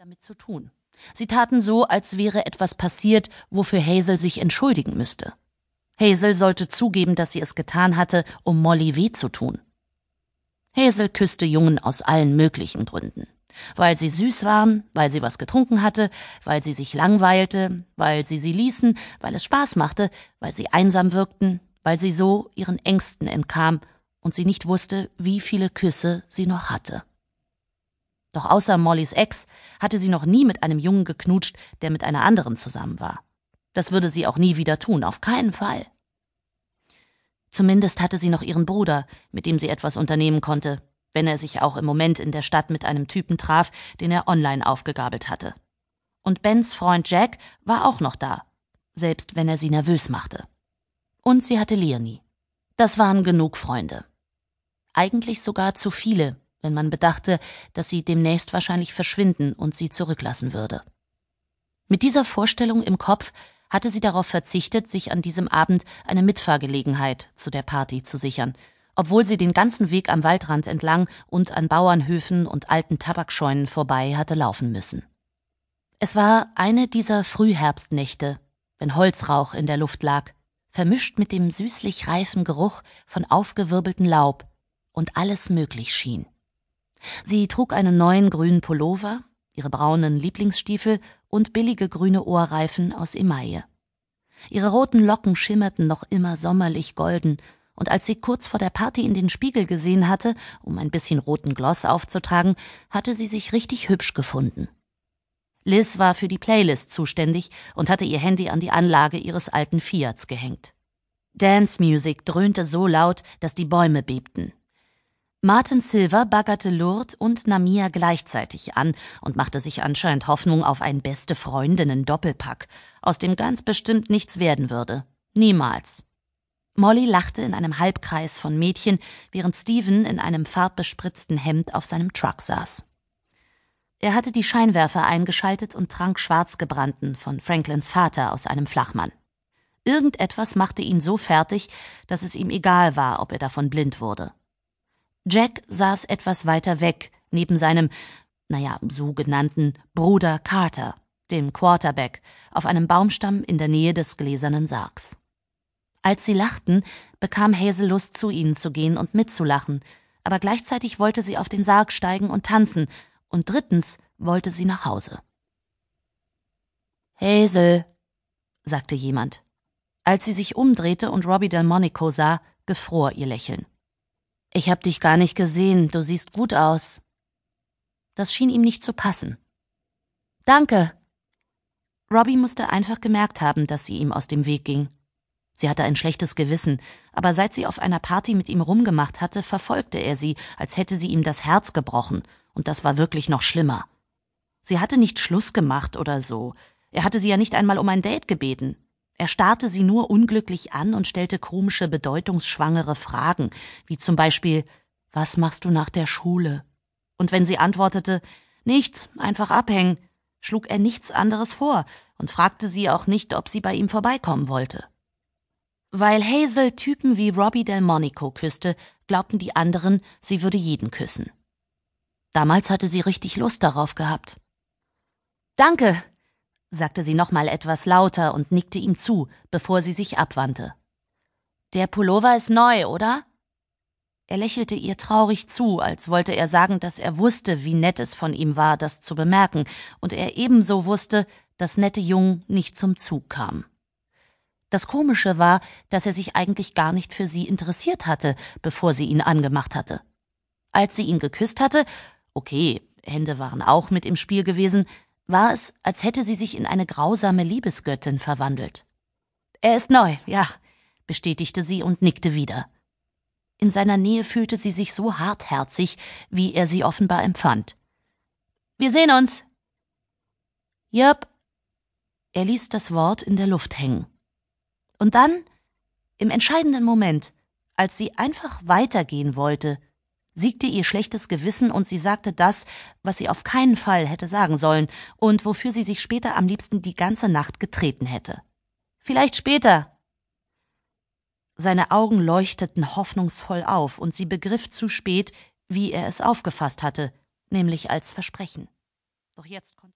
damit zu tun. Sie taten so, als wäre etwas passiert, wofür Hazel sich entschuldigen müsste. Hazel sollte zugeben, dass sie es getan hatte, um Molly weh zu tun. Hazel küsste Jungen aus allen möglichen Gründen. Weil sie süß waren, weil sie was getrunken hatte, weil sie sich langweilte, weil sie ließen, weil es Spaß machte, weil sie einsam wirkten, weil sie so ihren Ängsten entkam und sie nicht wusste, wie viele Küsse sie noch hatte. Doch außer Mollys Ex hatte sie noch nie mit einem Jungen geknutscht, der mit einer anderen zusammen war. Das würde sie auch nie wieder tun, auf keinen Fall. Zumindest hatte sie noch ihren Bruder, mit dem sie etwas unternehmen konnte, wenn er sich auch im Moment in der Stadt mit einem Typen traf, den er online aufgegabelt hatte. Und Bens Freund Jack war auch noch da, selbst wenn er sie nervös machte. Und sie hatte Leonie. Das waren genug Freunde. Eigentlich sogar zu viele, wenn man bedachte, dass sie demnächst wahrscheinlich verschwinden und sie zurücklassen würde. Mit dieser Vorstellung im Kopf hatte sie darauf verzichtet, sich an diesem Abend eine Mitfahrgelegenheit zu der Party zu sichern, obwohl sie den ganzen Weg am Waldrand entlang und an Bauernhöfen und alten Tabakscheunen vorbei hatte laufen müssen. Es war eine dieser Frühherbstnächte, wenn Holzrauch in der Luft lag, vermischt mit dem süßlich reifen Geruch von aufgewirbeltem Laub und alles möglich schien. Sie trug einen neuen grünen Pullover, ihre braunen Lieblingsstiefel und billige grüne Ohrreifen aus Emaille. Ihre roten Locken schimmerten noch immer sommerlich golden, und als sie kurz vor der Party in den Spiegel gesehen hatte, um ein bisschen roten Gloss aufzutragen, hatte sie sich richtig hübsch gefunden. Liz war für die Playlist zuständig und hatte ihr Handy an die Anlage ihres alten Fiats gehängt. Dance Music dröhnte so laut, dass die Bäume bebten. Martin Silver baggerte Lourdes und Namia gleichzeitig an und machte sich anscheinend Hoffnung auf ein Beste-Freundinnen-Doppelpack, aus dem ganz bestimmt nichts werden würde. Niemals. Molly lachte in einem Halbkreis von Mädchen, während Steven in einem farbbespritzten Hemd auf seinem Truck saß. Er hatte die Scheinwerfer eingeschaltet und trank Schwarzgebrannten von Franklins Vater aus einem Flachmann. Irgendetwas machte ihn so fertig, dass es ihm egal war, ob er davon blind wurde. Jack saß etwas weiter weg, neben seinem, sogenannten Bruder Carter, dem Quarterback, auf einem Baumstamm in der Nähe des gläsernen Sargs. Als sie lachten, bekam Hazel Lust, zu ihnen zu gehen und mitzulachen, aber gleichzeitig wollte sie auf den Sarg steigen und tanzen, und drittens wollte sie nach Hause. »Hazel«, sagte jemand. Als sie sich umdrehte und Robbie Delmonico sah, gefror ihr Lächeln. »Ich hab dich gar nicht gesehen, du siehst gut aus.« Das schien ihm nicht zu passen. »Danke.« Robbie musste einfach gemerkt haben, dass sie ihm aus dem Weg ging. Sie hatte ein schlechtes Gewissen, aber seit sie auf einer Party mit ihm rumgemacht hatte, verfolgte er sie, als hätte sie ihm das Herz gebrochen, und das war wirklich noch schlimmer. Sie hatte nicht Schluss gemacht oder so. Er hatte sie ja nicht einmal um ein Date gebeten. Er starrte sie nur unglücklich an und stellte komische, bedeutungsschwangere Fragen, wie zum Beispiel, »Was machst du nach der Schule?« Und wenn sie antwortete, »Nichts, einfach abhängen«, schlug er nichts anderes vor und fragte sie auch nicht, ob sie bei ihm vorbeikommen wollte. Weil Hazel Typen wie Robbie Delmonico küsste, glaubten die anderen, sie würde jeden küssen. Damals hatte sie richtig Lust darauf gehabt. »Danke«, sagte sie nochmal etwas lauter und nickte ihm zu, bevor sie sich abwandte. »Der Pullover ist neu, oder?« Er lächelte ihr traurig zu, als wollte er sagen, dass er wusste, wie nett es von ihm war, das zu bemerken, und er ebenso wusste, dass nette Jungen nicht zum Zug kamen. Das Komische war, dass er sich eigentlich gar nicht für sie interessiert hatte, bevor sie ihn angemacht hatte. Als sie ihn geküsst hatte, okay, Hände waren auch mit im Spiel gewesen, war es, als hätte sie sich in eine grausame Liebesgöttin verwandelt. »Er ist neu, ja«, bestätigte sie und nickte wieder. In seiner Nähe fühlte sie sich so hartherzig, wie er sie offenbar empfand. »Wir sehen uns.« »Jupp.« Er ließ das Wort in der Luft hängen. Und dann, im entscheidenden Moment, als sie einfach weitergehen wollte, siegte ihr schlechtes Gewissen und sie sagte das, was sie auf keinen Fall hätte sagen sollen und wofür sie sich später am liebsten die ganze Nacht getreten hätte. »Vielleicht später.« Seine Augen leuchteten hoffnungsvoll auf und sie begriff zu spät, wie er es aufgefasst hatte, nämlich als Versprechen. Doch jetzt konnte